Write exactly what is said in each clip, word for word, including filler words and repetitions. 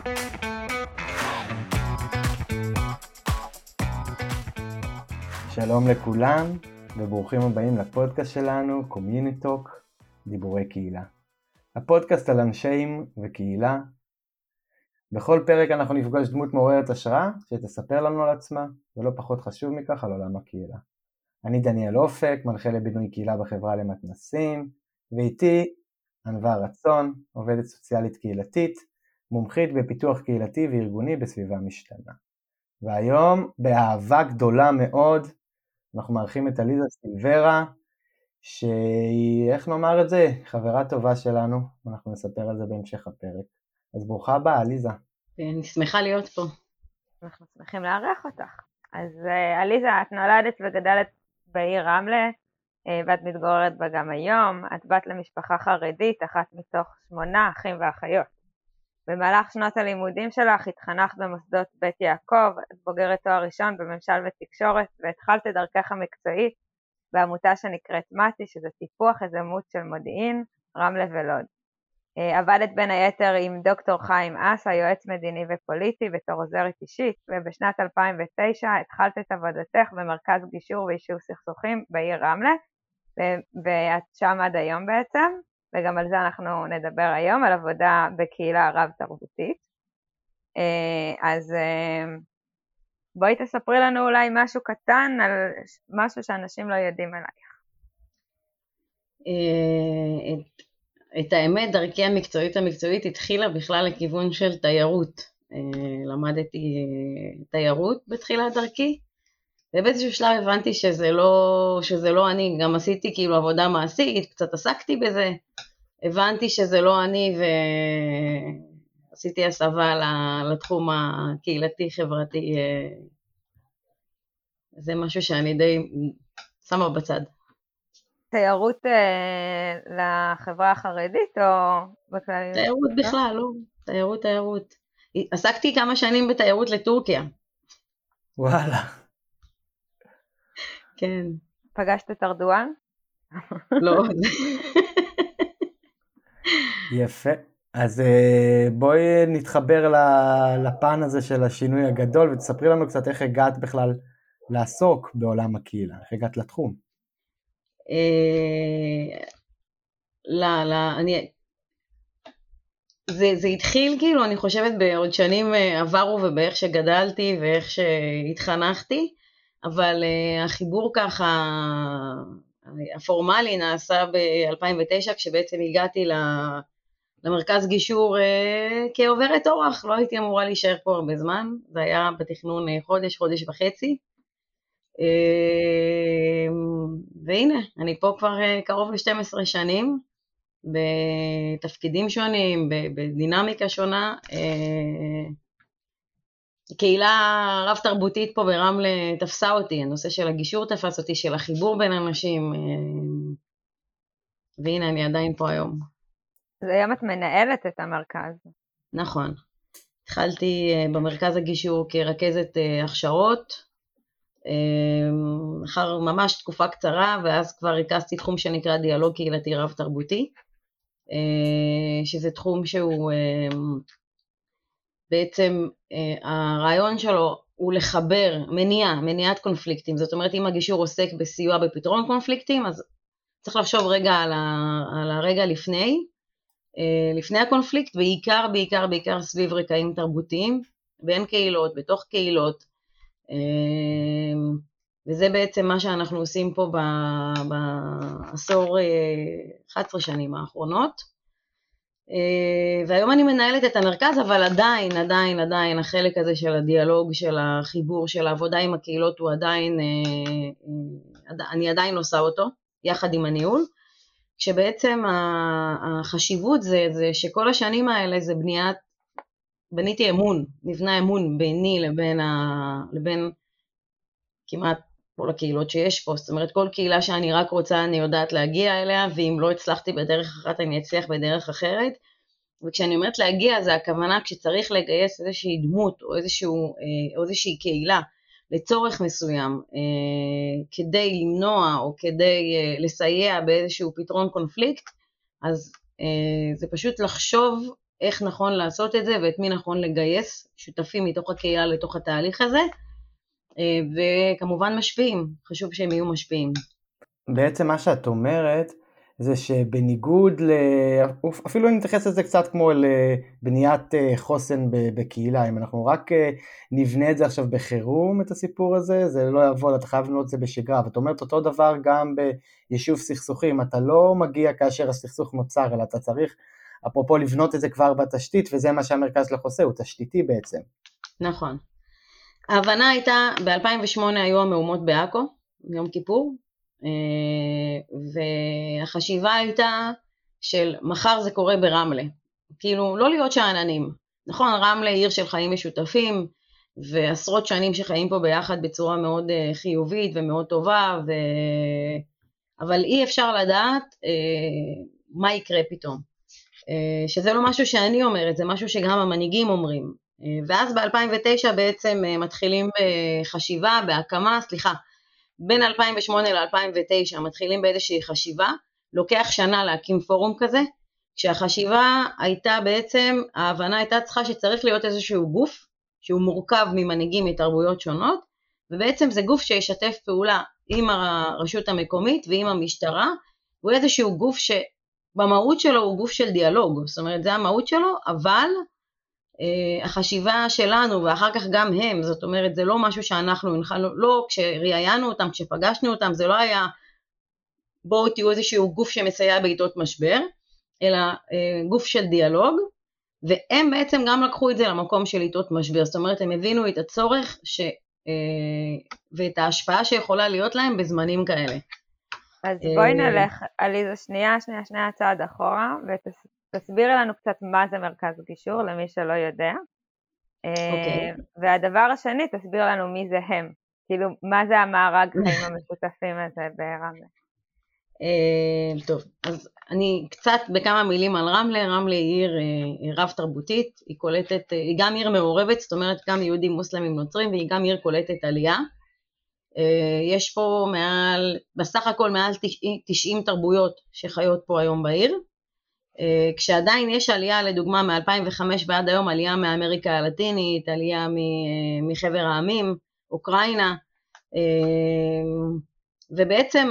שלום לכולם וברוכים הבאים לפודקאסט שלנו, Community Talk, דיבורי קהילה. הפודקאסט על אנשיים וקהילה. בכל פרק אנחנו נפגוש דמות מעוררת השראה שתספר לנו על עצמה, ולא פחות חשוב מכך על עולם הקהילה. אני דניאל אופק, מנחה לבינוי קהילה בחברה למתנסים, ואיתי ענווה רצון, עובדת סוציאלית קהילתית, מומחית בפיתוח קהילתי וארגוני בסביבה משתנה. והיום באהבה גדולה מאוד אנחנו מארחים את עליזה סילברה, שהיא, איך נאמר את זה, חברה טובה שלנו, ואנחנו נספר על זה בהמשך הפרק. אז ברוכה הבאה, עליזה. אני שמחה להיות פה. אנחנו שמחים לארח אותך. אז עליזה, את נולדת וגדלת בעיר רמלה, ואת מתגוררת בה גם היום. את בת למשפחה חרדית, אחת מתוך שמונה אחים ואחיות. במהלך שנות הלימודים שלך התחנכת במוסדות בית יעקב, את בוגרת תואר ראשון בממשל ותקשורת, והתחלת את דרכך המקצועית בעמותה שנקראת מתי, שזה טיפוח יזמות של מודיעין, רמלה ולוד. עבדת בין היתר עם דוקטור חיים אס, היועץ מדיני ופוליטי, בתור עוזרת אישית, ובשנת אלפיים ותשע התחלת את עבודתך במרכז גישור ויישוב סכסוכים בעיר רמלה, ואת שם עד היום בעצם. וגם על זה אנחנו נדבר היום, על עבודה בקהילה רב תרבותית. אז בואי תספרי לנו אולי משהו קטן על משהו שאנשים לא יודעים עלייך. את, את האמת, דרכי המקצועית המקצועית התחילה בכלל לכיוון של תיירות. למדתי תיירות בתחילת דרכי, ובאיזשהו שלב הבנתי שזה לא, שזה לא אני, גם עשיתי כאילו עבודה מעשית, קצת עסקתי בזה, הבנתי שזה לא אני ועשיתי הסבה לתחום הקהילתי חברתי, זה משהו שאני די שמה בצד. תיירות לחברה החרדית או בכלל? תיירות בכלל, לא, תיירות תיירות. עסקתי כמה שנים בתיירות לטורקיה. וואלה. כן. פגשת את ארדואן? לא. יפה. אז בואי נתחבר לפן הזה של השינוי הגדול, ותספרי לנו קצת איך הגעת בכלל לעסוק בעולם הקהילה, איך הגעת לתחום. לא, לא, אני... זה, זה התחיל כאילו, אני חושבת בעוד שנים עברו ובאיך שגדלתי ואיך שהתחנכתי, אבל uh, החיבור ככה, הפורמלי נעשה ב-אלפיים ותשע, כשבעצם הגעתי למרכז גישור uh, כעוברת אורח, לא הייתי אמורה להישאר פה הרבה זמן, זה היה בתכנון חודש, חודש וחצי, uh, והנה, אני פה כבר uh, קרוב ל-שתים עשרה שנים, בתפקידים שונים, בדינמיקה שונה, uh, קהילה רב תרבותית פה ברמלה תפסה אותי, הנושא של הגישור תפס אותי, של החיבור בין אנשים, והנה אני עדיין פה היום. אז היום את מנהלת את המרכז. נכון, התחלתי במרכז הגישור כרכזת הכשרות, אחר ממש תקופה קצרה, ואז כבר ריכזתי תחום שנקרא דיאלוג קהילתי רב תרבותי, שזה תחום שהוא... בעצם uh, הרעיון שלו הוא לחבר, מניעה, מניעת קונפליקטים, זאת אומרת אם הגישור עוסק בסיוע בפתרון קונפליקטים, אז צריך לחשוב רגע על, ה, על הרגע לפני, uh, לפני הקונפליקט, בעיקר, בעיקר, בעיקר סביב רקעים תרבותיים, בין קהילות, בתוך קהילות, uh, וזה בעצם מה שאנחנו עושים פה ב- בעשור, uh, אחת עשרה שנים האחרונות, והיום אני מנהלת את המרכז, אבל עדיין, עדיין, עדיין, החלק הזה של הדיאלוג, של החיבור, של העבודה עם הקהילות, הוא עדיין, אני עדיין עושה אותו, יחד עם הניהול, כשבעצם החשיבות זה, זה שכל השנים האלה זה בניית, בניתי אמון, נבנה אמון ביני לבין, ה, לבין כמעט כל הקהילות שיש פה, זאת אומרת, כל קהילה שאני רק רוצה, אני יודעת להגיע אליה, ואם לא הצלחתי בדרך אחת, אני אצליח בדרך אחרת, וכשאני אומרת להגיע, זה הכוונה כשצריך לגייס איזושהי דמות, או, איזשהו, או איזושהי קהילה, לצורך מסוים, כדי למנוע, או כדי לסייע באיזשהו פתרון קונפליקט, אז זה פשוט לחשוב איך נכון לעשות את זה, ואת מי נכון לגייס, שותפים מתוך הקהילה לתוך התהליך הזה, וכמובן משפיעים, חשוב שהם יהיו משפיעים. בעצם מה שאת אומרת, זה שבניגוד, ל... אפילו אני מתייחס לזה קצת כמו לבניית חוסן בקהילה, אם אנחנו רק נבנה את זה עכשיו בחירום, את הסיפור הזה, זה לא יעבוד, אתה חייב לבנות את זה בשגרה, ואת אומרת אותו דבר גם ביישוב סכסוכים, אתה לא מגיע כאשר הסכסוך נוצר, אלא אתה צריך, אפרופו לבנות את זה כבר בתשתית, וזה מה שהמרכז לך עושה, הוא תשתיתי בעצם. נכון. ההבנה הייתה, ב-אלפיים ושמונה היו המהומות בעכו, יום כיפור, והחשיבה הייתה של מחר זה קורה ברמלה, כאילו לא להיות שעננים, נכון, רמלה עיר של חיים משותפים, ועשרות שנים שחיים פה ביחד בצורה מאוד חיובית ומאוד טובה, ו... אבל אי אפשר לדעת מה יקרה פתאום, שזה לא משהו שאני אומרת, זה משהו שגם המנהיגים אומרים, ואז ב-אלפיים ותשע בעצם מתחילים בחשיבה, בהקמה, סליחה, בין אלפיים ושמונה ל-אלפיים ותשע מתחילים באיזושהי חשיבה, לוקח שנה להקים פורום כזה, כשהחשיבה הייתה בעצם, ההבנה הייתה צריכה שצריך להיות איזשהו גוף, שהוא מורכב ממנהיגים מתרבויות שונות, ובעצם זה גוף שישתף פעולה עם הרשות המקומית ועם המשטרה, הוא איזשהו גוף שבמהות שלו הוא גוף של דיאלוג, זאת אומרת זה המהות שלו, אבל החשיבה שלנו ואחר כך גם הם, זאת אומרת זה לא משהו שאנחנו הנחלנו, לא כשראיינו אותם, כשפגשנו אותם, זה לא היה בואו תהיו איזשהו גוף שמסייע בעיתות משבר, אלא גוף של דיאלוג, והם בעצם גם לקחו את זה למקום של עיתות משבר, זאת אומרת הם הבינו את הצורך ש, ואת ההשפעה שיכולה להיות להם בזמנים כאלה. אז בואי נלך עליזה שנייה, שנייה, שנייה צעד אחורה, ותס... תסבירי לנו קצת מה זה מרכז גישור, למי שלא יודע. Okay. והדבר השני, תסביר לנו מי זה הם. כאילו, מה זה המארג חיים המשותפים הזה ברמלה? טוב, אז אני קצת בכמה מילים על רמלה. רמלה היא עיר רב תרבותית, היא קולטת, היא גם עיר מעורבת, זאת אומרת גם יהודים מוסלמים נוצרים, והיא גם עיר קולטת עלייה. יש פה מעל, בסך הכל מעל תשעים תרבויות שחיות פה היום בעיר. כשעדיין יש עלייה, לדוגמה מ-אלפיים וחמש ועד היום, עלייה מאמריקה הלטינית, עלייה מחבר העמים, אוקראינה, ובעצם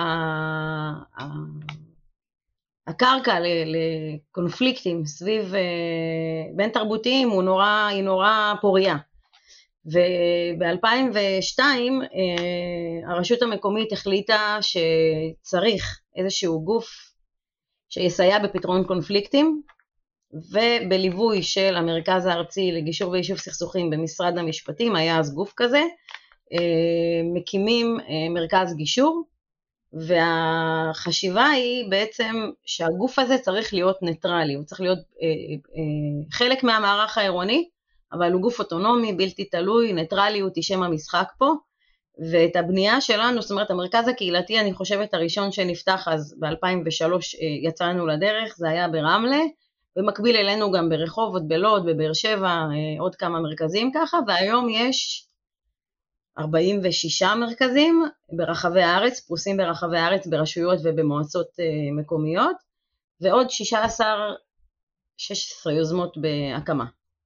הקרקע לקונפליקטים סביב בין תרבותיים הוא נורא, היא נורא פוריה. וב-אלפיים ושתיים הרשות המקומית החליטה שצריך איזשהו גוף שיסייע בפתרון קונפליקטים, ובליווי של המרכז הארצי לגישור ויישוב סכסוכים במשרד המשפטים, היה אז גוף כזה, מקימים מרכז גישור, והחשיבה היא בעצם שהגוף הזה צריך להיות ניטרלי, הוא צריך להיות חלק מהמערך העירוני, אבל הוא גוף אוטונומי, בלתי תלוי, ניטרליות היא שם המשחק פה, ואת הבנייה שלנו, זאת אומרת המרכז הקהילתי אני חושבת הראשון שנפתח אז ב-אלפיים ושלוש יצאנו לדרך, זה היה ברמלה, במקביל אלינו גם ברחובות, בלוד, בבאר שבע, עוד כמה מרכזים ככה, והיום יש ארבעים ושישה מרכזים ברחבי הארץ, פרוסים ברחבי הארץ ברשויות ובמועצות מקומיות, ועוד שישה עשר, שש עשרה יוזמות בהקמה.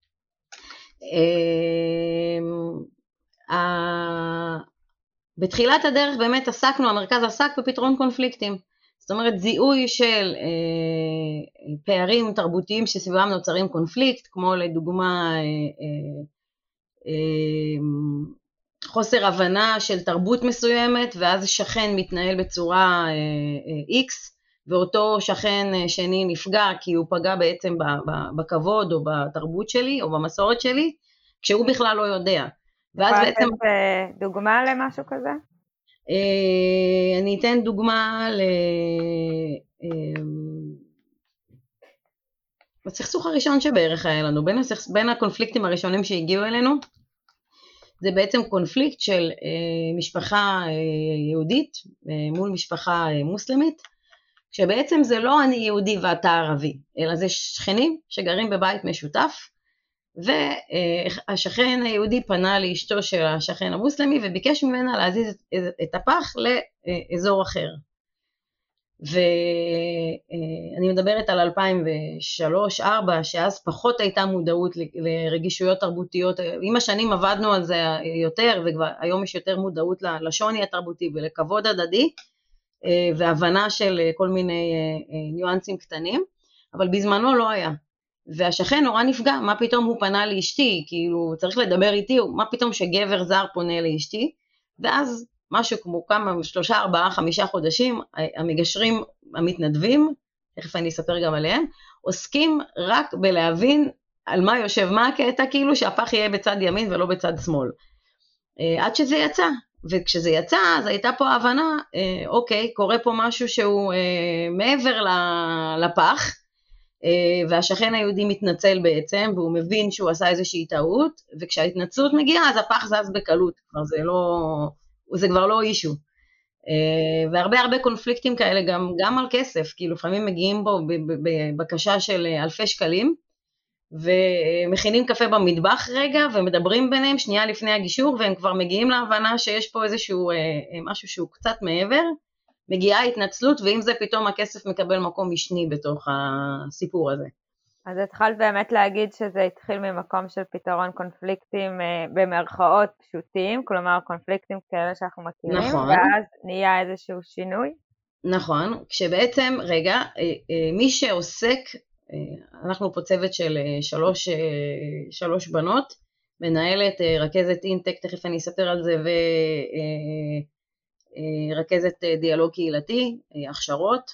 בתחילת הדרך באמת עסקנו, המרכז עסק בפתרון קונפליקטים, זאת אומרת זיהוי של אה, פערים תרבותיים שסביבם נוצרים קונפליקט, כמו לדוגמה אה, אה, חוסר הבנה של תרבות מסוימת, ואז שכן מתנהל בצורה אה, אה, X, ואותו שכן שני נפגע כי הוא פגע בעצם בכבוד או בתרבות שלי או במסורת שלי, כשהוא בכלל לא יודע. ואז בעצם דוגמה למשהו כזה? אני אתן דוגמה ל... בסכסוך הראשון שבערך היה לנו, בין, הסכס... בין הקונפליקטים הראשונים שהגיעו אלינו, זה בעצם קונפליקט של משפחה יהודית מול משפחה מוסלמית, שבעצם זה לא אני יהודי ואתה ערבי, אלא זה שכנים שגרים בבית משותף, והשכן היהודי פנה לאשתו של השכן המוסלמי וביקש ממנה להזיז את הפח לאזור אחר. ואני מדברת על אלפיים ושלוש ארבע, שאז פחות הייתה מודעות לרגישויות תרבותיות, עם השנים עבדנו על זה יותר, והיום יש יותר מודעות לשוני התרבותי ולכבוד הדדי, והבנה של כל מיני ניואנסים קטנים, אבל בזמנו לא היה. והשכן נורא נפגע, מה פתאום הוא פנה לאשתי, כאילו צריך לדבר איתי, מה פתאום שגבר זר פונה לאשתי, ואז משהו כמו כמה, שלושה, ארבעה, חמישה חודשים, המגשרים המתנדבים, תכף אני אספר גם עליהם, עוסקים רק בלהבין על מה יושב, מה הקטע, כאילו שהפח יהיה בצד ימין ולא בצד שמאל. עד שזה יצא, וכשזה יצא, אז הייתה פה הבנה, אוקיי, קורה פה משהו שהוא מעבר לפח, והשכן היהודי מתנצל בעצם, והוא מבין שהוא עשה איזושהי טעות, וכשההתנצלות מגיעה, אז הפח זז בקלות, כבר זה לא, זה כבר לא אישו. והרבה הרבה קונפליקטים כאלה, גם, גם על כסף, כי לפעמים מגיעים בו בבקשה של אלפי שקלים, ומכינים קפה במטבח רגע, ומדברים ביניהם שנייה לפני הגישור, והם כבר מגיעים להבנה שיש פה איזשהו משהו שהוא קצת מעבר, מגיעה התנצלות, ואם זה פתאום הכסף מקבל מקום משני בתוך הסיפור הזה. אז התחלת באמת להגיד שזה התחיל ממקום של פתרון קונפליקטים במרכאות פשוטים, כלומר קונפליקטים כאלה שאנחנו מכירים, נכון. ואז נהיה איזשהו שינוי? נכון, כשבעצם, רגע, מי שעוסק, אנחנו פה צוות של שלוש, שלוש בנות, מנהלת, רכזת אינטק, תכף אני אספר על זה, ו... רכזת דיאלוג קהילתי, הכשרות,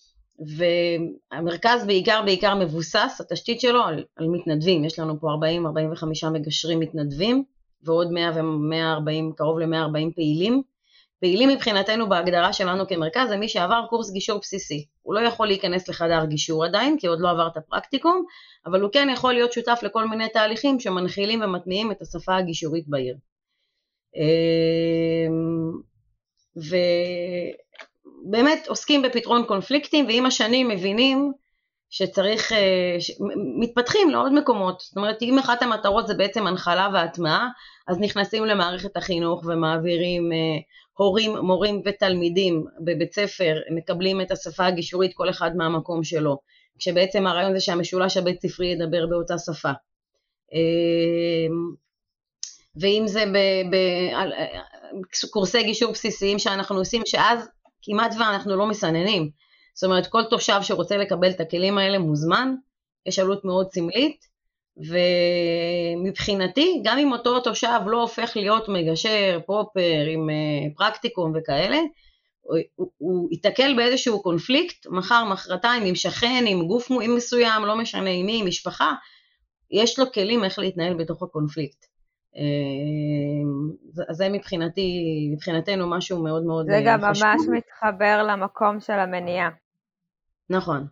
והמרכז בעיקר בעיקר מבוסס, התשתית שלו על, על מתנדבים, יש לנו פה ארבעים עד ארבעים וחמישה מגשרים מתנדבים, ועוד מאה ומאה וארבעים, קרוב ל-מאה וארבעים פעילים. פעילים מבחינתנו בהגדרה שלנו כמרכז, זה מי שעבר קורס גישור בסיסי. הוא לא יכול להיכנס לחדר גישור עדיין, כי עוד לא עבר את הפרקטיקום, אבל הוא כן יכול להיות שותף לכל מיני תהליכים שמנחילים ומטמיעים את השפה הגישורית בעיר. ובאמת עוסקים בפתרון קונפליקטים, ועם השנים מבינים שצריך, ש... מתפתחים לעוד מקומות, זאת אומרת אם אחת המטרות זה בעצם הנחלה והטמעה, אז נכנסים למערכת החינוך ומעבירים הורים, מורים ותלמידים בבית ספר, מקבלים את השפה הגישורית כל אחד מהמקום שלו, כשבעצם הרעיון זה שהמשולש הבית ספרי ידבר באותה שפה. ואם זה בקורסי גישור בסיסיים שאנחנו עושים, שאז כמעט ואנחנו לא מסננים, זאת אומרת כל תושב שרוצה לקבל את הכלים האלה מוזמן, יש עלות מאוד סמלית, ומבחינתי גם אם אותו תושב לא הופך להיות מגשר, פופר, עם פרקטיקום וכאלה, הוא, הוא, הוא יתקל באיזשהו קונפליקט, מחר, מחרתיים, עם שכן, עם גוף מסוים, לא משנה עם מי, עם משפחה, יש לו כלים איך להתנהל בתוך הקונפליקט. אז זה מבחינתי, מבחינתנו משהו מאוד מאוד חשוב. זה גם ממש מתחבר למקום של המניעה. נכון.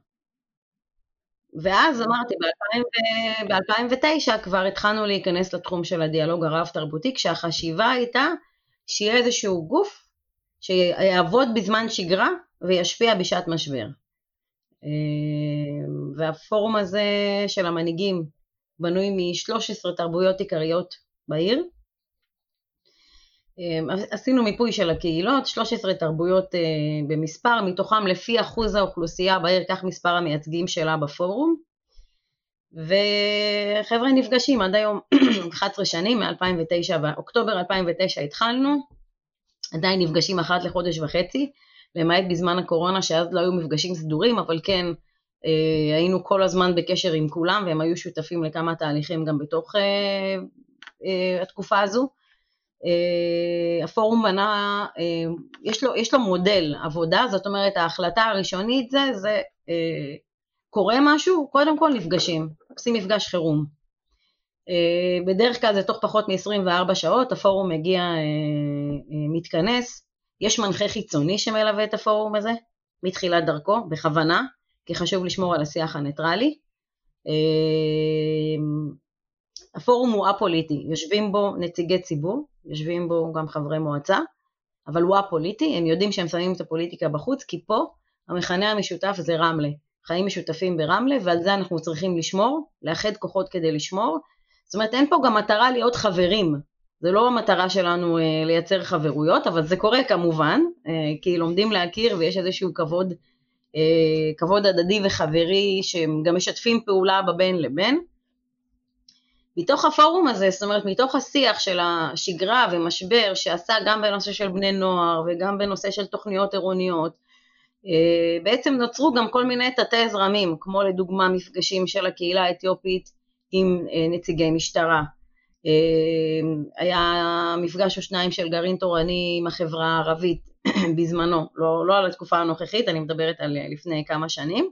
ואז אמרתי, ב-אלפיים ותשע כבר התחלנו להיכנס לתחום של הדיאלוג הרב תרבותי, כשהחשיבה הייתה שיהיה איזשהו גוף שיעבוד בזמן שגרה וישפיע בשעת משבר. והפורום הזה של המנהיגים בנוי מ-שלוש עשרה תרבויות עיקריות בעיר. עשינו מיפוי של הקהילות, שלוש עשרה תרבויות במספר, מתוכם לפי אחוז האוכלוסייה בעיר, כך מספר המייצגים שלה בפורום. וחבר'ה נפגשים עד היום אחת עשרה שנים, מ-אלפיים ותשע, באוקטובר אלפיים ותשע התחלנו, עדיין נפגשים אחת לחודש וחצי, למעט בזמן הקורונה שאז לא היו מפגשים סדורים, אבל כן היינו כל הזמן בקשר עם כולם, והם היו שותפים לכמה תהליכים גם בתוך התקופה הזו. הפורום בנה, יש לו, יש לו מודל עבודה, זאת אומרת ההחלטה הראשונית זה, זה קורה משהו, קודם כל נפגשים, עושים מפגש חירום. בדרך כלל זה תוך פחות מ-עשרים וארבע שעות, הפורום מגיע, מתכנס, יש מנחה חיצוני שמלווה את הפורום הזה, מתחילת דרכו, בכוונה, כי חשוב לשמור על השיח הניטרלי. הפורום הוא א-פוליטי, יושבים בו נציגי ציבור, יושבים בו גם חברי מועצה, אבל הוא א-פוליטי, הם יודעים שהם שמים את הפוליטיקה בחוץ, כי פה המכנה המשותף זה רמלה, חיים משותפים ברמלה, ועל זה אנחנו צריכים לשמור, לאחד כוחות כדי לשמור, זאת אומרת אין פה גם מטרה להיות חברים, זה לא המטרה שלנו לייצר חברויות, אבל זה קורה כמובן, כי לומדים להכיר ויש איזשהו כבוד כבוד הדדי וחברי, שהם גם משתפים פעולה בבין לבין. מתוך הפורום הזה, זאת אומרת, מתוך השיח של השגרה ומשבר, שעשה גם בנושא של בני נוער, וגם בנושא של תוכניות עירוניות, בעצם נוצרו גם כל מיני תתי זרמים, כמו לדוגמה מפגשים של הקהילה האתיופית עם נציגי משטרה. היה מפגש או שניים של גרעין תורני עם החברה הערבית בזמנו, לא, לא על התקופה הנוכחית, אני מדברת על לפני כמה שנים.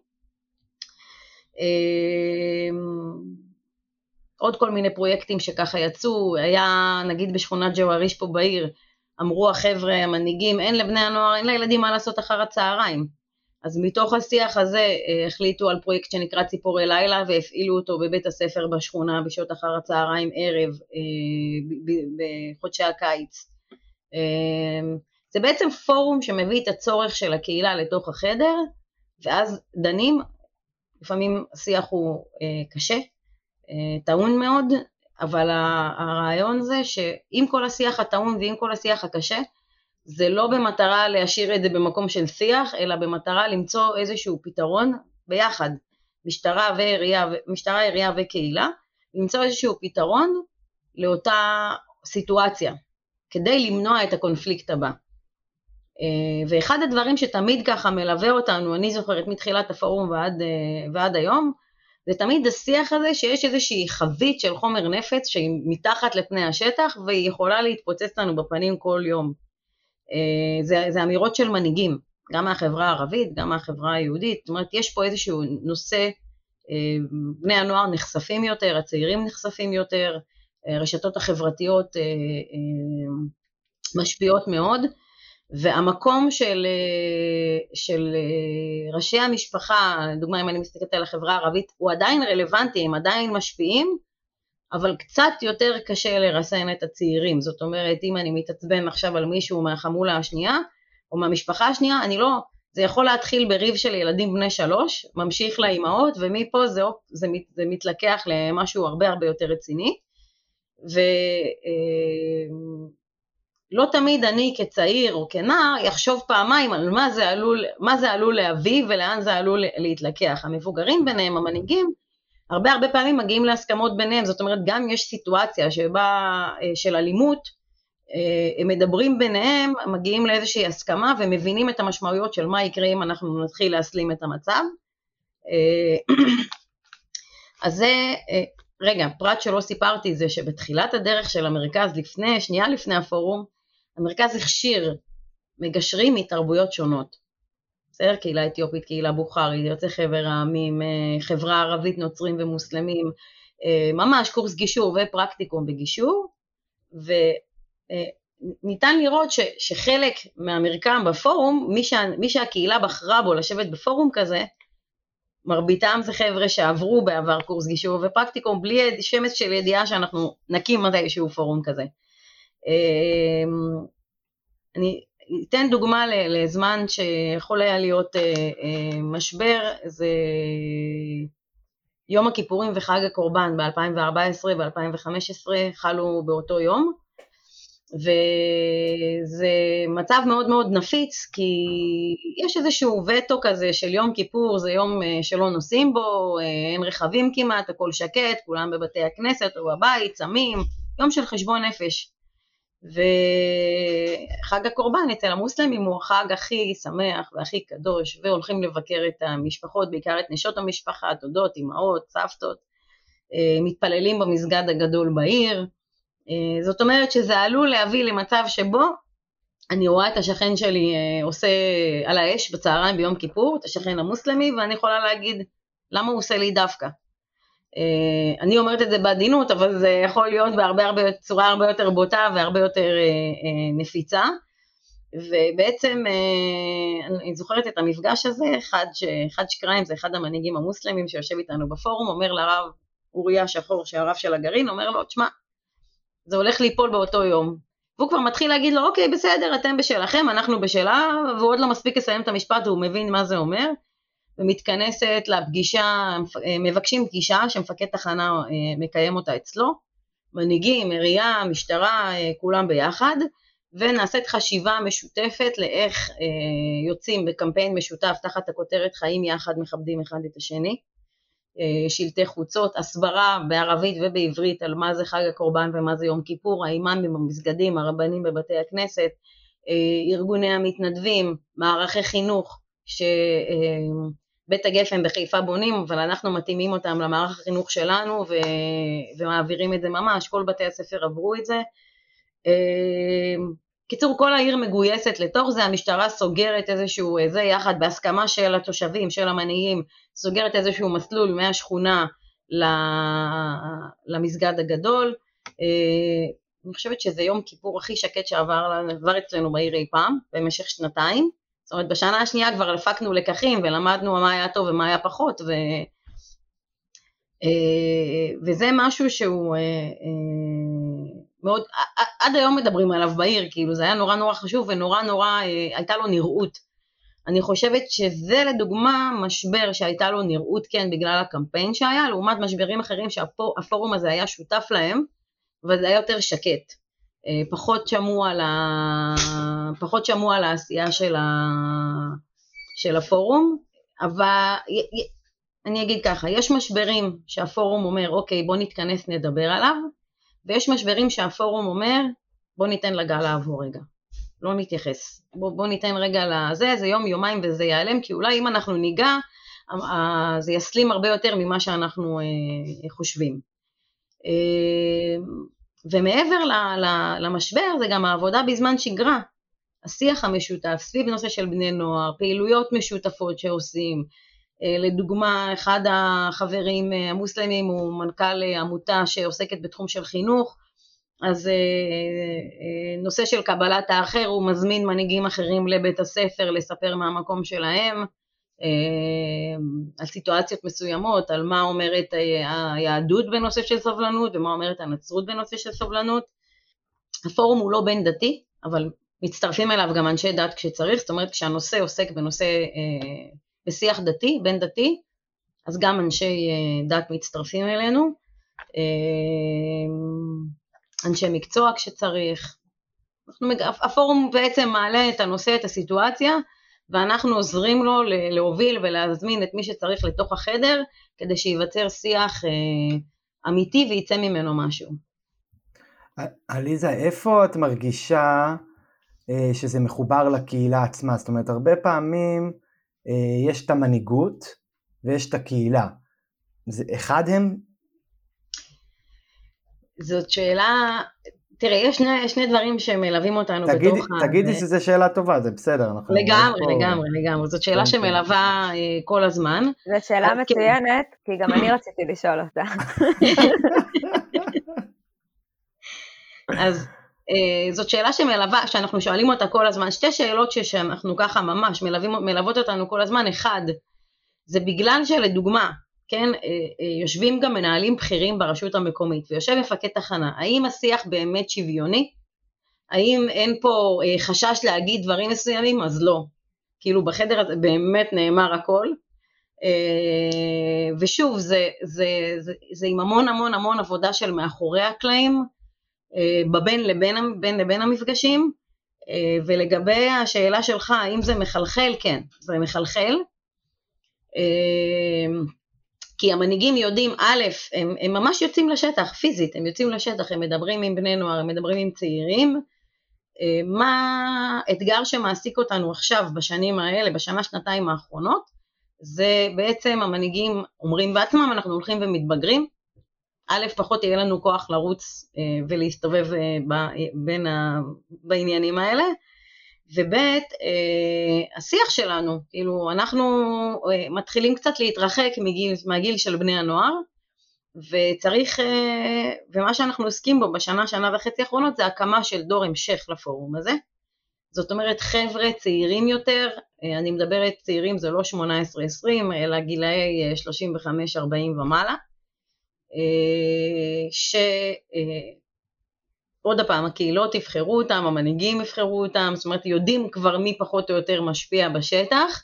עוד כל מיני פרויקטים שככה יצאו, היה נגיד בשכונת ג'ואריש פה בעיר, אמרו החבר'ה המנהיגים, אין לבני הנוער, אין לילדים מה לעשות אחר הצהריים. אז מתוך השיח הזה החליטו על פרויקט שנקרא ציפורי לילה, והפעילו אותו בבית הספר בשכונה בשעות אחר הצהריים ערב, בחודשי הקיץ. זה בעצם פורום שמביא את הצורך של הקהילה לתוך החדר, ואז דנים, לפעמים השיח הוא קשה, טעון מאוד, אבל הרעיון זה שעם כל השיח הטעון ועם כל השיח הקשה, זה לא במטרה להשאיר את זה במקום של שיח, אלא במטרה למצוא איזשהו פתרון ביחד, משטרה ועירייה, משטרה, עירייה וקהילה, למצוא איזשהו פתרון לאותה סיטואציה, כדי למנוע את הקונפליקט הבא. ואחד הדברים שתמיד ככה מלווה אותנו, אני זוכרת מתחילת הפורום ועד, ועד היום, זה תמיד השיח הזה שיש איזושהי חבית של חומר נפץ שהיא מתחת לפני השטח, והיא יכולה להתפוצץ לנו בפנים כל יום. זה, זה אמירות של מנהיגים, גם מהחברה הערבית, גם מהחברה היהודית, זאת אומרת, יש פה איזשהו נושא, בני הנוער נחשפים יותר, הצעירים נחשפים יותר, רשתות החברתיות משפיעות מאוד, והמקום של, של ראשי המשפחה, לדוגמה אם אני מסתכלת על החברה הערבית, הוא עדיין רלוונטי, הם עדיין משפיעים, אבל קצת יותר קשה לרסן את הצעירים. זאת אומרת, אם אני מתעצבן עכשיו על מישהו מהחמולה השנייה, או מהמשפחה השנייה, אני לא, זה יכול להתחיל בריב של ילדים בני שלוש, ממשיך לאימהות, ומפה זה, זה, זה מתלקח למשהו הרבה הרבה יותר רציני, ו... לא תמיד אני כצעיר או כנער יחשוב פעמיים על מה זה עלול, מה זה עלול להביא ולאן זה עלול להתלקח. המבוגרים ביניהם, המנהיגים, הרבה הרבה פעמים מגיעים להסכמות ביניהם, זאת אומרת גם יש סיטואציה שבה של אלימות, הם מדברים ביניהם, מגיעים לאיזושהי הסכמה ומבינים את המשמעויות של מה יקרה אם אנחנו נתחיל להסלים את המצב. אז זה... רגע, פרט שלא סיפרתי זה שבתחילת הדרך של המרכז, לפני, שנייה לפני הפורום, המרכז הכשיר מגשרים מתרבויות שונות. בסדר, קהילה אתיופית, קהילה בוכרית, יוצאי חבר העמים, חברה ערבית, נוצרים ומוסלמים, ממש קורס גישור ופרקטיקום בגישור, וניתן לראות ש, שחלק מהמרקם בפורום, מי, שה, מי שהקהילה בחרה בו לשבת בפורום כזה, מרביתם זה חבר'ה שעברו בעבר קורס גישור ופרקטיקום, בלי שמץ של ידיעה שאנחנו נקים מתישהו פורום כזה. אני אתן דוגמה לזמן שיכול היה להיות משבר, זה יום הכיפורים וחג הקורבן ב-אלפיים וארבע עשרה ו-אלפיים וחמש עשרה חלו באותו יום, וזה מצב מאוד מאוד נפיץ, כי יש איזשהו וטו כזה של יום כיפור, זה יום שלא נוסעים בו, אין רכבים כמעט, הכל שקט, כולם בבתי הכנסת או בבית, צמים, יום של חשבון נפש. וחג הקורבן אצל המוסלמים הוא החג הכי שמח והכי קדוש, והולכים לבקר את המשפחות, בעיקר את נשות המשפחה, דודות, אמהות, סבתות, מתפללים במסגד הגדול בעיר. זאת אומרת שזה עלול להביא למצב שבו אני רואה את השכן שלי עושה על האש בצהריים ביום כיפור, את השכן המוסלמי, ואני יכולה להגיד למה הוא עושה לי דווקא. אני אומרת את זה בעדינות, אבל זה יכול להיות בהרבה הרבה צורה הרבה יותר בוטה והרבה יותר נפיצה, ובעצם אני זוכרת את המפגש הזה, אחד, אחד שקריים, זה אחד המנהיגים המוסלמים שיושב איתנו בפורום, אומר לרב אוריה שחור, שהרב של הגרעין, אומר לו, תשמע, זה הולך ליפול באותו יום, והוא כבר מתחיל להגיד לו, אוקיי, בסדר, אתם בשלכם, אנחנו בשלה, והוא עוד לא מספיק לסיים את המשפט, והוא מבין מה זה אומר, ומתכנסת לפגישה, מבקשים פגישה, שמפקד תחנה מקיים אותה אצלו, מנהיגים, עירייה, משטרה, כולם ביחד, ונעשית חשיבה משותפת לאיך אה, יוצאים בקמפיין משותף תחת הכותרת חיים יחד מכבדים אחד את השני, אה, שלטי חוצות, הסברה בערבית ובעברית על מה זה חג הקורבן ומה זה יום כיפור, האימאמים במסגדים, הרבנים בבתי הכנסת, אה, ארגוני המתנדבים, מערכי חינוך שבית אה, הגפן בחיפה בונים, אבל אנחנו מתאימים אותם למערך החינוך שלנו ו... ומעבירים את זה ממש, כל בתי הספר עברו את זה. קיצור, כל העיר מגויסת לתוך זה, המשטרה סוגרת איזשהו, זה יחד בהסכמה של התושבים, של המנהיגים, סוגרת איזשהו מסלול מהשכונה למסגד הגדול. אני חושבת שזה יום כיפור הכי שקט שעבר עבר אצלנו בעיר אי פעם, במשך שנתיים. זאת אומרת, בשנה השנייה כבר הפקנו לקחים ולמדנו מה היה טוב ומה היה פחות, ו... וזה משהו שהוא מאוד, עד היום מדברים עליו בעיר, כאילו זה היה נורא נורא חשוב ונורא נורא, הייתה לו נראות. אני חושבת שזה לדוגמה משבר שהייתה לו נראות כן בגלל הקמפיין שהיה, לעומת משברים אחרים שהפורום הזה היה שותף להם, וזה היה יותר שקט. פחות שמעו על ה... פחות שמעו על העשייה של, ה... של הפורום, אבל אני אגיד ככה, יש משברים שהפורום אומר, אוקיי, בוא נתכנס נדבר עליו, ויש משברים שהפורום אומר, בוא ניתן לגל לעבור רגע, לא נתייחס, בוא, בוא ניתן רגע לזה, זה יום יומיים וזה ייעלם, כי אולי אם אנחנו ניגע, זה יסלים הרבה יותר ממה שאנחנו חושבים. ומעבר למשבר, זה גם העבודה בזמן שגרה, השיח המשותף, סביב נושא של בני נוער, פעילויות משותפות שעושים, לדוגמה, אחד החברים המוסלמים הוא מנכ"ל עמותה שעוסקת בתחום של חינוך, אז נושא של קבלת האחר, הוא מזמין מנהיגים אחרים לבית הספר לספר מהמקום שלהם, על סיטואציות מסוימות, על מה אומרת היהדות בנושא של סובלנות, ומה אומרת הנצרות בנושא של סובלנות. הפורום הוא לא בין דתי, אבל מצטרפים אליו גם אנשי דת כשצריך, זאת אומרת כשהנושא עוסק בנושא בשיח דתי, בין דתי, אז גם אנשי דת מצטרפים אלינו, אנשי מקצוע כשצריך. אנחנו, הפורום בעצם מעלה את הנושא, את הסיטואציה, ואנחנו עוזרים לו להוביל ולהזמין את מי שצריך לתוך החדר, כדי שיווצר שיח אמיתי וייצא ממנו משהו. עליזה, איפה את מרגישה שזה מחובר לקהילה עצמה? זאת אומרת, הרבה פעמים יש את המנהיגות ויש את הקהילה. זה אחד הם? זאת שאלה, תראה, יש שני, שני דברים שמלווים אותנו תגידי, בתוך... תגידי ה... שזו שאלה טובה, זה בסדר. לגמרי, פה... לגמרי, לגמרי. זאת שאלה שמלווה כל הזמן. זו שאלה מצוינת, כי גם אני רציתי לשאול אותה. אז זאת שאלה שמלווה, שאנחנו שואלים אותה כל הזמן, שתי שאלות שאנחנו ככה ממש מלווים, מלוות אותנו כל הזמן. אחד, זה בגלל שלדוגמה, כן, יושבים גם מנהלים בכירים ברשות המקומית, ויושב מפקד תחנה, האם השיח באמת שוויוני? האם אין פה חשש להגיד דברים מסוימים? אז לא. כאילו בחדר הזה באמת נאמר הכל, ושוב, זה, זה, זה, זה עם המון המון המון עבודה של מאחורי הקלעים, בבין לבין, בין לבין המפגשים, ולגבי השאלה שלך, האם זה מחלחל? כן, זה מחלחל, כי המנהיגים יודעים, א', הם, הם ממש יוצאים לשטח, פיזית, הם יוצאים לשטח, הם מדברים עם בני נוער, הם מדברים עם צעירים, מה אתגר שמעסיק אותנו עכשיו בשנים האלה, בשנה שנתיים האחרונות, זה בעצם המנהיגים אומרים בעצמם, אנחנו הולכים ומתבגרים, א', פחות יהיה לנו כוח לרוץ ולהסתובב בין בעניינים האלה, וב' השיח שלנו, כאילו אנחנו מתחילים קצת להתרחק מגיל, מהגיל של בני הנוער, וצריך, ומה שאנחנו עוסקים בו בשנה, שנה וחצי האחרונות, זה הקמה של דור המשך לפורום הזה, זאת אומרת חבר'ה צעירים יותר, אני מדברת צעירים זה לא שמונה עשרה עשרים, אלא גילאי שלושים וחמש ארבעים ומעלה, ש... עוד הפעם, הקהילות יבחרו אותם, המנהיגים יבחרו אותם, זאת אומרת, יודעים כבר מי פחות או יותר משפיע בשטח,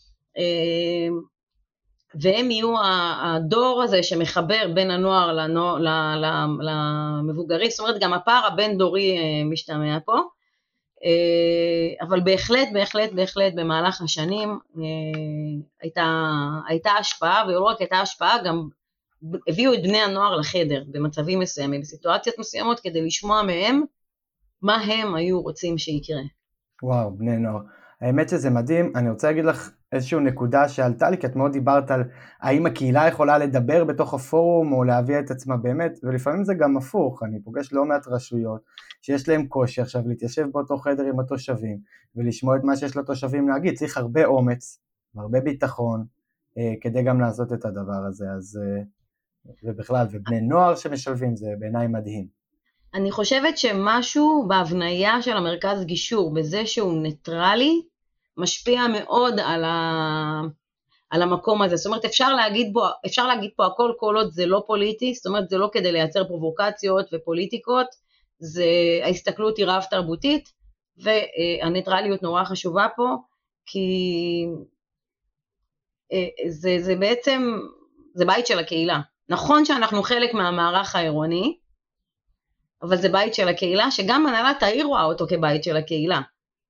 והם יהיו הדור הזה שמחבר בין הנוער למבוגרים, זאת אומרת, גם הפער הבין דורי משתמע פה, אבל בהחלט, בהחלט, בהחלט במהלך השנים הייתה, הייתה השפעה, ולא רק הייתה השפעה, גם הביאו את בני הנוער לחדר במצבים מסוימים, בסיטואציות מסוימות, כדי לשמוע מהם מה הם היו רוצים שיקרה. וואו, בני נוער. האמת שזה מדהים, אני רוצה להגיד לך איזושהי נקודה שעלתה לי, כי את מאוד דיברת על האם הקהילה יכולה לדבר בתוך הפורום, או להביא את עצמה באמת, ולפעמים זה גם הפוך, אני פוגש לא מעט רשויות, שיש להם קושי עכשיו להתיישב באותו חדר עם התושבים, ולשמוע את מה שיש לתושבים להגיד, צריך הרבה אומץ, והרבה ביטחון, אה, כדי גם לעשות את הדבר הזה, אז, אה, ובכלל, ובני נוער שמשלבים, זה בעיניי מדהים. אני חושבת שמשהו בהבניה של המרכז גישור, בזה שהוא ניטרלי, משפיע מאוד על, ה... על המקום הזה. זאת אומרת, אפשר להגיד, בו, אפשר להגיד פה הכל כל עוד זה לא פוליטי, זאת אומרת, זה לא כדי לייצר פרובוקציות ופוליטיקות, זה, ההסתכלות היא רב תרבותית, והניטרליות נורא חשובה פה, כי זה, זה בעצם, זה בית של הקהילה. נכון שאנחנו חלק מהמערך העירוני, אבל זה בית של הקהילה, שגם הנהלת העיר רואה אותו כבית של הקהילה.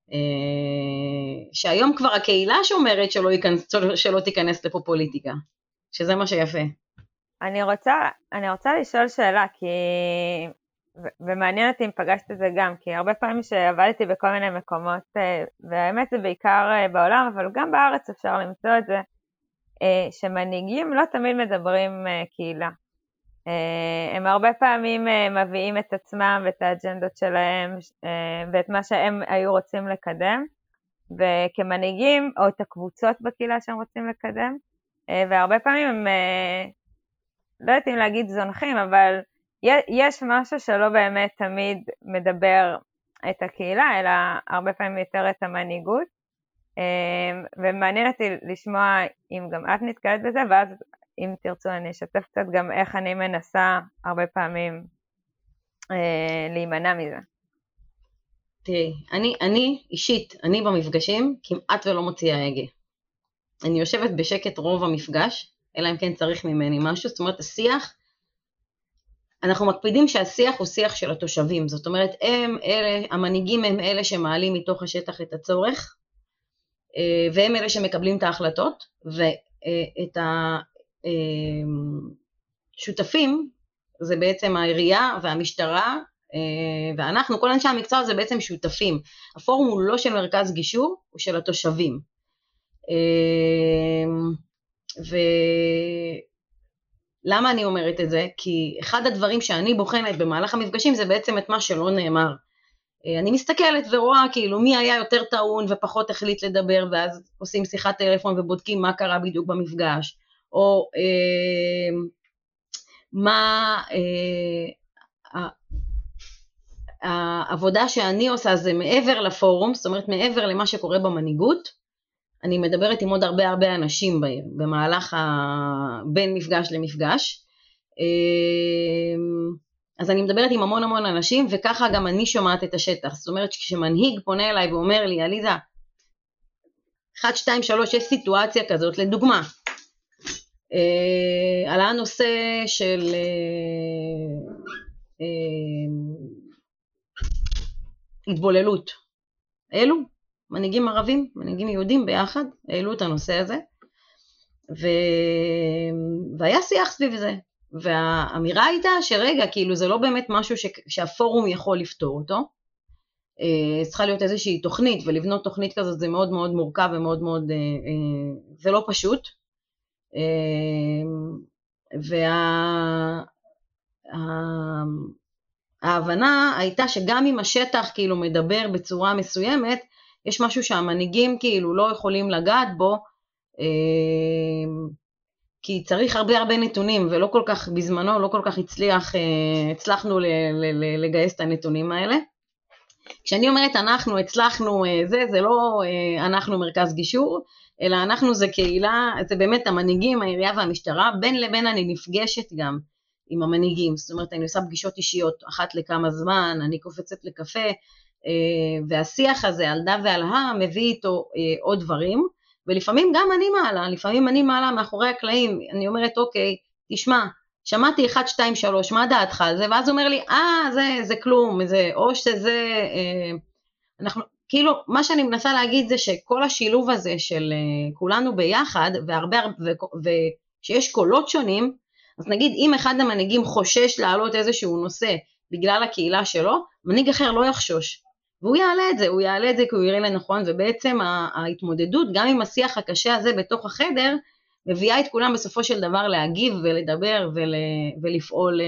שהיום כבר הקהילה שאומרת שלא, ייכנס, שלא תיכנס לפה פוליטיקה, שזה מה שיפה. אני רוצה, אני רוצה לשאול שאלה, כי, ומעניין אותי אם פגשת את זה גם, כי הרבה פעמים שעבדתי בכל מיני מקומות, והאמת זה בעיקר בעולם, אבל גם בארץ אפשר למצוא את זה, שמנהיגים לא תמיד מדברים קהילה. הם הרבה פעמים מביאים את עצמם ואת האג'נדות שלהם ואת מה שהם היו רוצים לקדם, וכמנהיגים או את הקבוצות בקהילה שהם רוצים לקדם, והרבה פעמים הם לא יודעים להגיד זונחים, אבל יש משהו שלא באמת תמיד מדבר את הקהילה, אלא הרבה פעמים יותר את המנהיגות, ומעניין אותי לשמוע אם גם את נתקלת בזה, ואז אם תרצו אני אשתף קצת גם איך אני מנסה הרבה פעמים אה, להימנע מזה. תראי, אני, אני אישית, אני במפגשים כמעט ולא מוציאה הגה. אני יושבת בשקט רוב המפגש, אלא אם כן צריך ממני משהו, זאת אומרת השיח, אנחנו מקפידים שהשיח הוא שיח של התושבים, זאת אומרת הם אלה, המנהיגים הם אלה שמעלים מתוך השטח את הצורך, אה, והם אלה שמקבלים את ההחלטות, ואת ה... שותפים, זה בעצם העירייה והמשטרה, ואנחנו, כל אנשי המקצוע זה בעצם שותפים. הפורום הוא לא של מרכז גישור, הוא של התושבים. ולמה אני אומרת את זה? כי אחד הדברים שאני בוחנת במהלך המפגשים, זה בעצם את מה שלא נאמר. אני מסתכלת ורואה כאילו מי היה יותר טעון ופחות החליט לדבר, ואז עושים שיחת טלפון ובודקים מה קרה בדיוק במפגש. או אה, מה אה, העבודה שאני עושה זה מעבר לפורום, זאת אומרת מעבר למה שקורה במנהיגות, אני מדברת עם עוד הרבה הרבה אנשים בעיר, במהלך ה... בין מפגש למפגש, אה, אז אני מדברת עם המון המון אנשים, וככה גם אני שומעת את השטח, זאת אומרת כשמנהיג פונה אליי ואומר לי, עליזה, אחת, שתיים, שלוש, יש סיטואציה כזאת, לדוגמה, Uh, על הנושא של uh, uh, התבוללות. אלו, מנהיגים ערבים, מנהיגים יהודים ביחד, העלו את הנושא הזה, ו... והיה שיח סביב זה. והאמירה הייתה שרגע, כאילו זה לא באמת משהו ש... שהפורום יכול לפתור אותו, uh, צריכה להיות איזושהי תוכנית, ולבנות תוכנית כזאת זה מאוד מאוד מורכב ומאוד מאוד, uh, uh, זה לא פשוט, וההבנה הייתה שגם אם השטח כאילו מדבר בצורה מסוימת, יש משהו שהמנהיגים כאילו לא יכולים לגעת בו, כי צריך הרבה הרבה נתונים, ולא כל כך בזמנו, לא כל כך הצליח, הצלחנו לגייס את הנתונים האלה. כשאני אומרת אנחנו הצלחנו זה, זה לא אנחנו מרכז גישור, אלא אנחנו זה קהילה, זה באמת המנהיגים, העירייה והמשטרה, בין לבין אני נפגשת גם עם המנהיגים, זאת אומרת אני עושה פגישות אישיות אחת לכמה זמן, אני קופצת לקפה, והשיח הזה על דף ועל הא מביא איתו עוד דברים, ולפעמים גם אני מעלה, לפעמים אני מעלה מאחורי הקלעים, אני אומרת אוקיי, תשמע, שמעתי אחת, שתיים, שלוש, מה דעתך על זה? ואז הוא אומר לי, אה, זה, זה כלום, זה, או שזה, אה, אנחנו, כאילו, מה שאני מנסה להגיד זה שכל השילוב הזה של כולנו ביחד, והרבה, ושיש קולות שונים, אז נגיד, אם אחד המנהיגים חושש להעלות איזשהו נושא בגלל הקהילה שלו, מנהיג אחר לא יחשוש. והוא יעלה את זה, הוא יעלה את זה כי הוא יראה לנכון, ובעצם ההתמודדות, גם עם השיח הקשה הזה בתוך החדר, מביאה את כולם בסופו של דבר להגיב ולדבר ולפעול,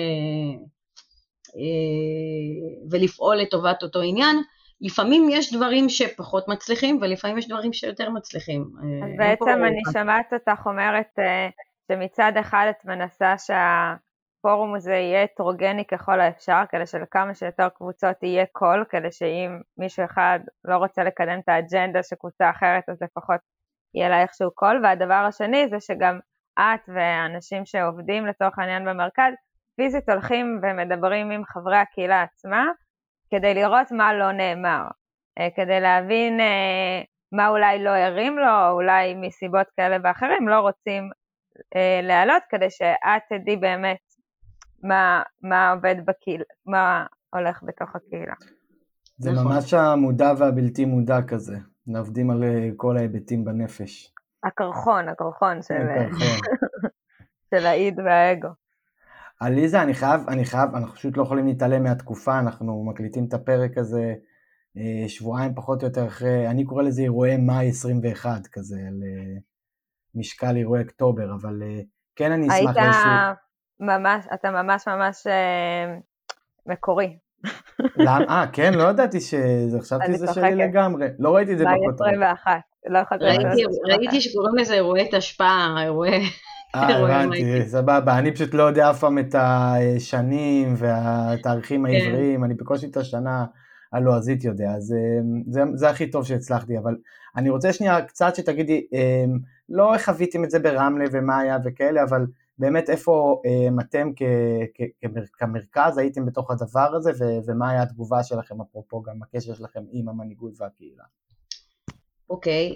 ולפעול לטובת אותו עניין. לפעמים יש דברים שפחות מצליחים, ולפעמים יש דברים שיותר מצליחים. אז בעצם אני שמעת אותך אומרת שמצד אחד את מנסה שהפורום הזה יהיה הטרוגני ככל האפשר, כדי שלכמה שיותר קבוצות יהיה קול, כדי שאם מישהו אחד לא רוצה לקדם את האג'נדה של קבוצה אחרת, אז לפחות יהיה לה איכשהו קול. והדבר השני זה שגם את ואנשים שעובדים לצורך העניין במרכז, פיזית הולכים ומדברים עם חברי הקהילה עצמה, כדי לראות מה לא נאמר, כדי להבין מה אולי לא הרים לו, או אולי מסיבות כאלה ואחרים לא רוצים להעלות, כדי שאת תדעי באמת מה, מה עובד בקהילה, מה הולך בתוך הקהילה. זה ממש המודע והבלתי מודע כזה, נעבדים על כל ההיבטים בנפש. הקרחון, הקרחון של, של האיד והאגו. עליזה, אני חייב, אני חייב, אנחנו פשוט לא יכולים להתעלם מהתקופה, אנחנו מקליטים את הפרק הזה שבועיים פחות או יותר אחרי, אני קורא לזה אירועי מאי עשרים ואחת כזה, על משקל אירועי אוקטובר, אבל כן אני אשמח איזשהו... ממש, אתה ממש ממש מקורי. למה? אה, כן, לא ידעתי שזה, חשבתי שזה שלי לגמרי, לא ראיתי את זה בכותרות. מאי עשרים ואחת, לא יכולת ראיתי שקוראים לזה אירועי תשפעה, אירועי... אה, הבנתי, סבבה, אני פשוט לא יודע אף פעם את השנים והתאריכים העבריים, אני בקושי את השנה הלועזית יודע, אז זה, זה הכי טוב שהצלחתי, אבל אני רוצה שנייה קצת שתגידי, לא איך חוויתם את זה ברמלה ומה היה וכאלה, אבל באמת איפה אתם כמרכז הייתם בתוך הדבר הזה, ומה היה התגובה שלכם, אפרופו גם הקשר שלכם עם המנהיגות והקהילה. אוקיי,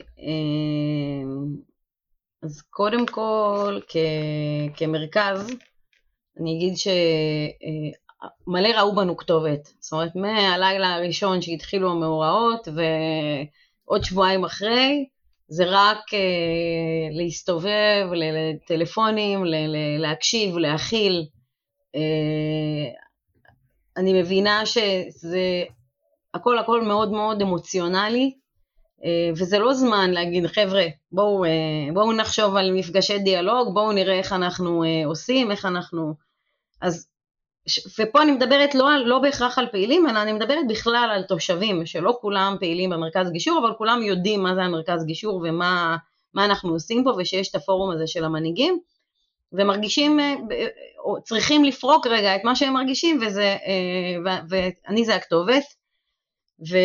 אז קודם כל, כ- כמרכז, אני אגיד שמלא ראו בנו כתובת. זאת אומרת, מהלילה הראשון שהתחילו המאורעות, ועוד שבועיים אחרי, זה רק uh, להסתובב, לטלפונים, ל- ל- להקשיב, להכיל. Uh, אני מבינה שזה הכל הכל מאוד מאוד אמוציונלי, וזה לא זמן להגיד, חבר'ה, בואו, בואו נחשוב על מפגשי דיאלוג, בואו נראה איך אנחנו עושים, איך אנחנו... אז, ופה אני מדברת לא, לא בהכרח על פעילים, אלא אני מדברת בכלל על תושבים, שלא כולם פעילים במרכז גישור, אבל כולם יודעים מה זה המרכז גישור, ומה מה אנחנו עושים פה, ושיש את הפורום הזה של המנהיגים, ומרגישים, צריכים לפרוק רגע את מה שהם מרגישים, וזה, ואני זה הכתובת, ו...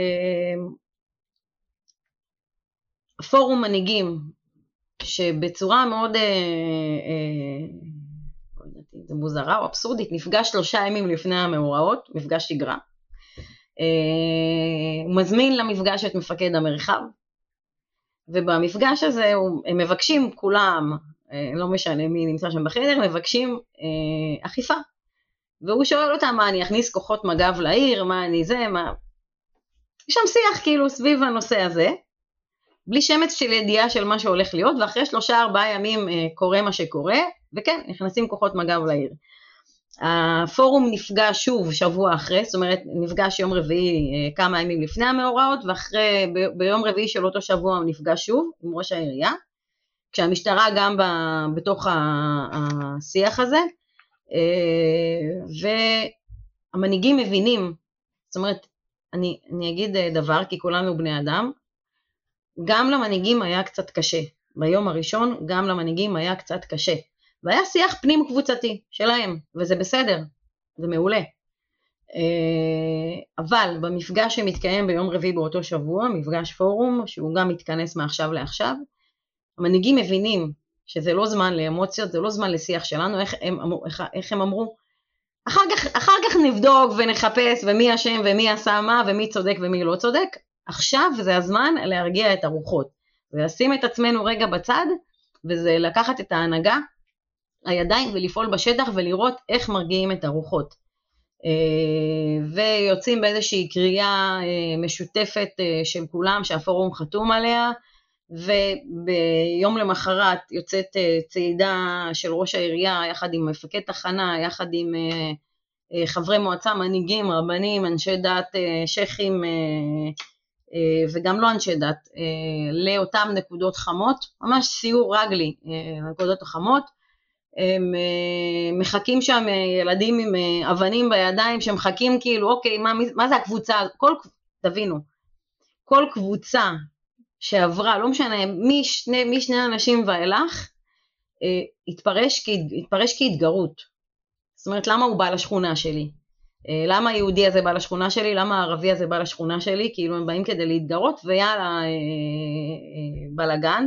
פורום מנהיגים, שבצורה מאוד אה, אה, זה מוזרה או אבסורדית, נפגש שלושה ימים לפני המאורעות, מפגש שגרה. אה, הוא מזמין למפגש את מפקד המרחב, ובמפגש הזה הם מבקשים כולם, אה, לא משנה מי נמצא שם בחדר, מבקשים אה, אכיפה. והוא שואל אותם, מה אני אכניס כוחות מג"ב לעיר, מה אני זה, מה... יש שם שיח כאילו סביב הנושא הזה, בלי שמץ של ידיעה של מה שהולך להיות, ואחרי שלושה ארבעה ימים אה, קורה מה שקורה, וכן, נכנסים כוחות מג"ב לעיר. הפורום נפגש שוב שבוע אחרי, זאת אומרת, נפגש יום רביעי אה, כמה ימים לפני המאורעות, ואחרי, ב- ביום רביעי של אותו שבוע הוא נפגש שוב עם ראש העירייה, כשהמשטרה גם ב, בתוך ה- השיח הזה, אה, והמנהיגים מבינים, זאת אומרת, אני, אני אגיד דבר, כי כולנו בני אדם, גם למנהיגים היה קצת קשה, ביום הראשון גם למנהיגים היה קצת קשה, והיה שיח פנים קבוצתי שלהם, וזה בסדר, זה מעולה. אבל במפגש שמתקיים ביום רביעי באותו שבוע, מפגש פורום, שהוא גם מתכנס מעכשיו לעכשיו, המנהיגים מבינים שזה לא זמן לאמוציות, זה לא זמן לשיח שלנו, איך הם, איך, איך הם אמרו, אחר כך, אחר כך נבדוק ונחפש ומי אשם ומי עשה מה ומי צודק ומי לא צודק, עכשיו זה הזמן להרגיע את הרוחות, ולשים את עצמנו רגע בצד, וזה לקחת את ההנהגה, הידיים ולפעול בשטח ולראות איך מרגיעים את הרוחות. ויוצאים באיזושהי קריאה משותפת של כולם שהפורום חתום עליה, וביום למחרת יוצאת צעידה של ראש העירייה יחד עם מפקד תחנה, יחד עם חברי מועצה, מנהיגים, רבנים, אנשי דת, שייחים וגם לא אנשי דת, לאותם נקודות חמות, ממש סיור רגלי, נקודות החמות. הם מחכים שם ילדים עם אבנים בידיים, שמחכים כאילו, אוקיי, מה, מה זה הקבוצה? כל, תבינו, כל קבוצה שעברה, לא משנה, משני, משני אנשים ואילך, התפרש, התפרש כהתגרות. זאת אומרת, למה הוא בא לשכונה שלי? למה היהודי הזה בא לשכונה שלי? למה הערבי הזה בא לשכונה שלי? כאילו הם באים כדי להתגרות, ויאללה, בלגן.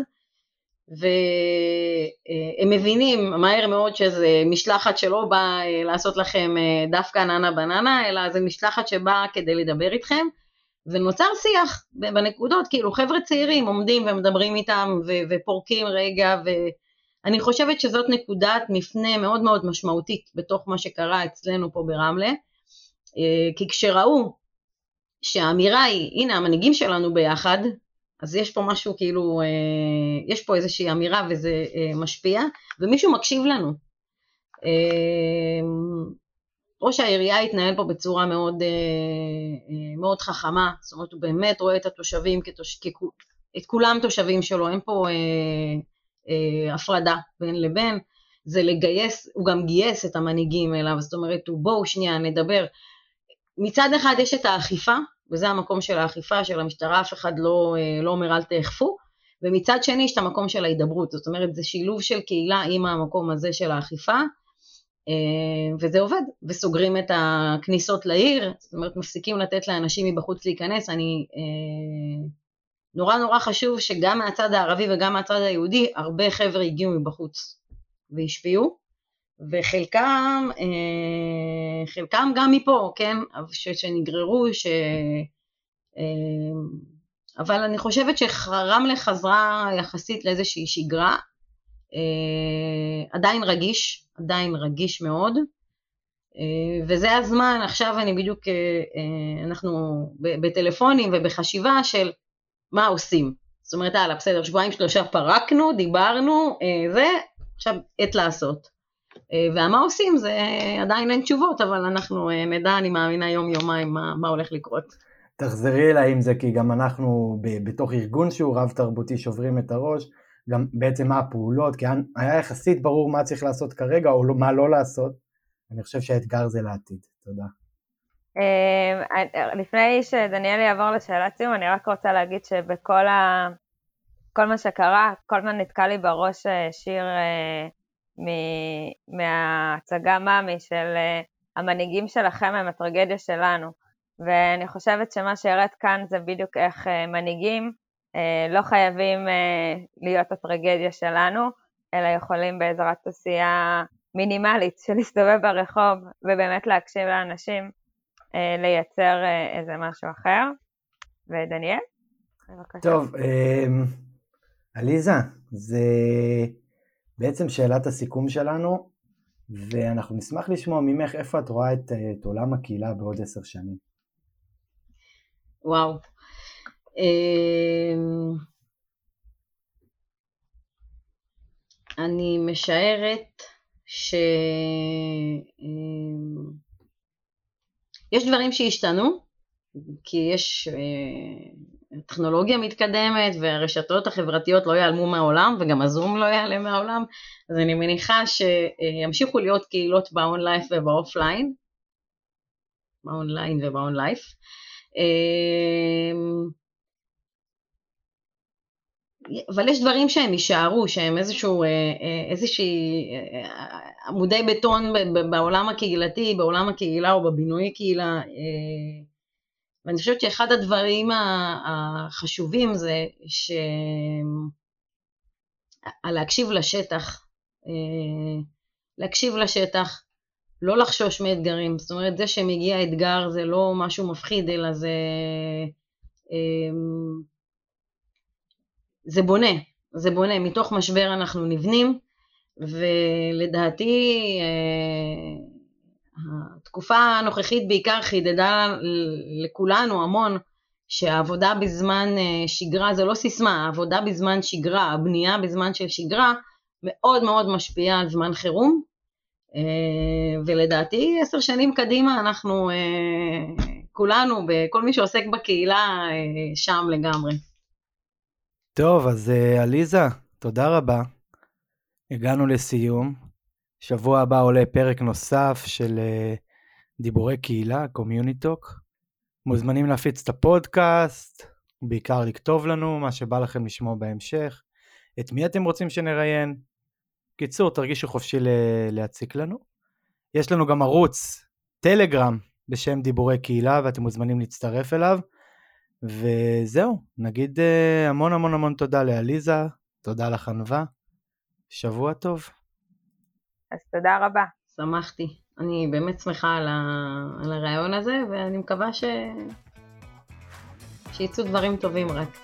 והם מבינים מהר מאוד שזה משלחת שלא באה לעשות לכם דווקא ננה בננה, אלא זה משלחת שבאה כדי לדבר איתכם, ונוצר שיח בנקודות, כאילו חבר'ה צעירים עומדים ומדברים איתם ו- ופורקים רגע, ואני חושבת שזאת נקודת מפנה מאוד מאוד משמעותית בתוך מה שקרה אצלנו פה ברמלה, כי כשראו שהאמירה היא, הנה המנהיגים שלנו ביחד, אז יש פה משהו כאילו, יש פה איזושהי אמירה וזה משפיע, ומישהו מקשיב לנו. ראש העירייה התנהל פה בצורה מאוד, מאוד חכמה, זאת אומרת הוא באמת רואה את התושבים, כתוש... את כולם תושבים שלו, אין פה הפרדה בין לבין, זה לגייס, הוא גם גייס את המנהיגים אליו, זאת אומרת הוא בואו שנייה נדבר, מצד אחד יש את האכיפה, וזה המקום של האכיפה של המשטרה, אף אחד לא, לא אומר אל תאכפו, ומצד שני יש את המקום של ההידברות, זאת אומרת זה שילוב של קהילה עם המקום הזה של האכיפה, וזה עובד, וסוגרים את הכניסות לעיר, זאת אומרת מפסיקים לתת לאנשים מבחוץ להיכנס, אני נורא נורא חשוב שגם מהצד הערבי וגם מהצד היהודי, הרבה חבר'ה הגיעו מבחוץ והשפיעו, וחלקם, חלקם גם מפה, כן, שנגררו, ש... אבל אני חושבת שרמלה חזרה יחסית לאיזושהי שגרה, עדיין רגיש, עדיין רגיש מאוד, וזה הזמן, עכשיו אני בדיוק, אנחנו בטלפונים ובחשיבה של מה עושים, זאת אומרת, הלאה, בסדר, שבועיים שלושה פרקנו, דיברנו, זה, עכשיו עת לעשות. ומה עושים זה עדיין אין תשובות, אבל אנחנו נדע, אני מאמינה יום יומיים מה, מה הולך לקרות. תחזרי אליי עם זה, כי גם אנחנו ב- בתוך ארגון שהוא רב תרבותי שוברים את הראש, גם בעצם מה הפעולות, כי היה יחסית ברור מה צריך לעשות כרגע, או מה לא לעשות, אני חושב שהאתגר זה לעתיד. תודה. לפני שדניאל יעבור לשאלת סיום, אני רק רוצה להגיד שבכל ה... כל מה שקרה, כל מה נתקע לי בראש שיר מההצגה מאמי של המנהיגים שלכם הם הטרגדיה שלנו, ואני חושבת שמה שהראית כאן זה בדיוק איך מנהיגים לא חייבים להיות הטרגדיה שלנו, אלא יכולים בעזרת עשייה מינימלית של להסתובב ברחוב ובאמת להקשיב לאנשים, לייצר איזה משהו אחר. ודניאל? בבקשה. טוב, עליזה, זה בעצם שאלת הסיכום שלנו, ואנחנו נשמח לשמוע ממך איפה את רואה את, את עולם הקהילה בעוד עשר שנים. וואו. אני משערת ש... יש דברים שהשתנו, כי יש טכנולוגיה מתקדמת, והרשתות החברתיות לא ייעלמו מהעולם, וגם הזום לא ייעלם מהעולם, אז אני מניחה שימשיכו להיות קהילות באונלייף ובאופליין, באונליין ובאונלייף, אבל יש דברים שהם יישארו, שהם איזשהו, איזושהי עמודי בטון בעולם הקהילתי, בעולם הקהילה או בבינוי קהילה, ואני חושבת שאחד הדברים החשובים זה להקשיב לשטח, להקשיב לשטח, לא לחשוש מאתגרים, זאת אומרת זה שמגיע אתגר זה לא משהו מפחיד, אלא זה, זה בונה, זה בונה, מתוך משבר אנחנו נבנים, ולדעתי התקופה הנוכחית בעיקר חידדה לכולנו המון, שהעבודה בזמן שגרה, זה לא סיסמה, העבודה בזמן שגרה, הבנייה בזמן של שגרה, מאוד מאוד משפיעה על זמן חירום, ולדעתי עשר שנים קדימה אנחנו כולנו, כל מי שעוסק בקהילה שם לגמרי. טוב, אז עליזה, תודה רבה. הגענו לסיום. שבוע הבא עולה פרק נוסף של דיבורי קהילה, קומיוניטוק. מוזמנים להפיץ את הפודקאסט, בעיקר לכתוב לנו מה שבא לכם לשמוע בהמשך, את מי אתם רוצים שנראיין. קיצור, תרגישו חופשי להציק לנו. יש לנו גם ערוץ טלגרם בשם דיבורי קהילה, ואתם מוזמנים להצטרף אליו. וזהו, נגיד המון המון המון תודה לעליזה, תודה לך ענווה, שבוע טוב. אז תודה רבה. שמחתי, אני באמת שמחה על, ה... על הרעיון הזה, ואני מקווה ש... שיצאו דברים טובים רק.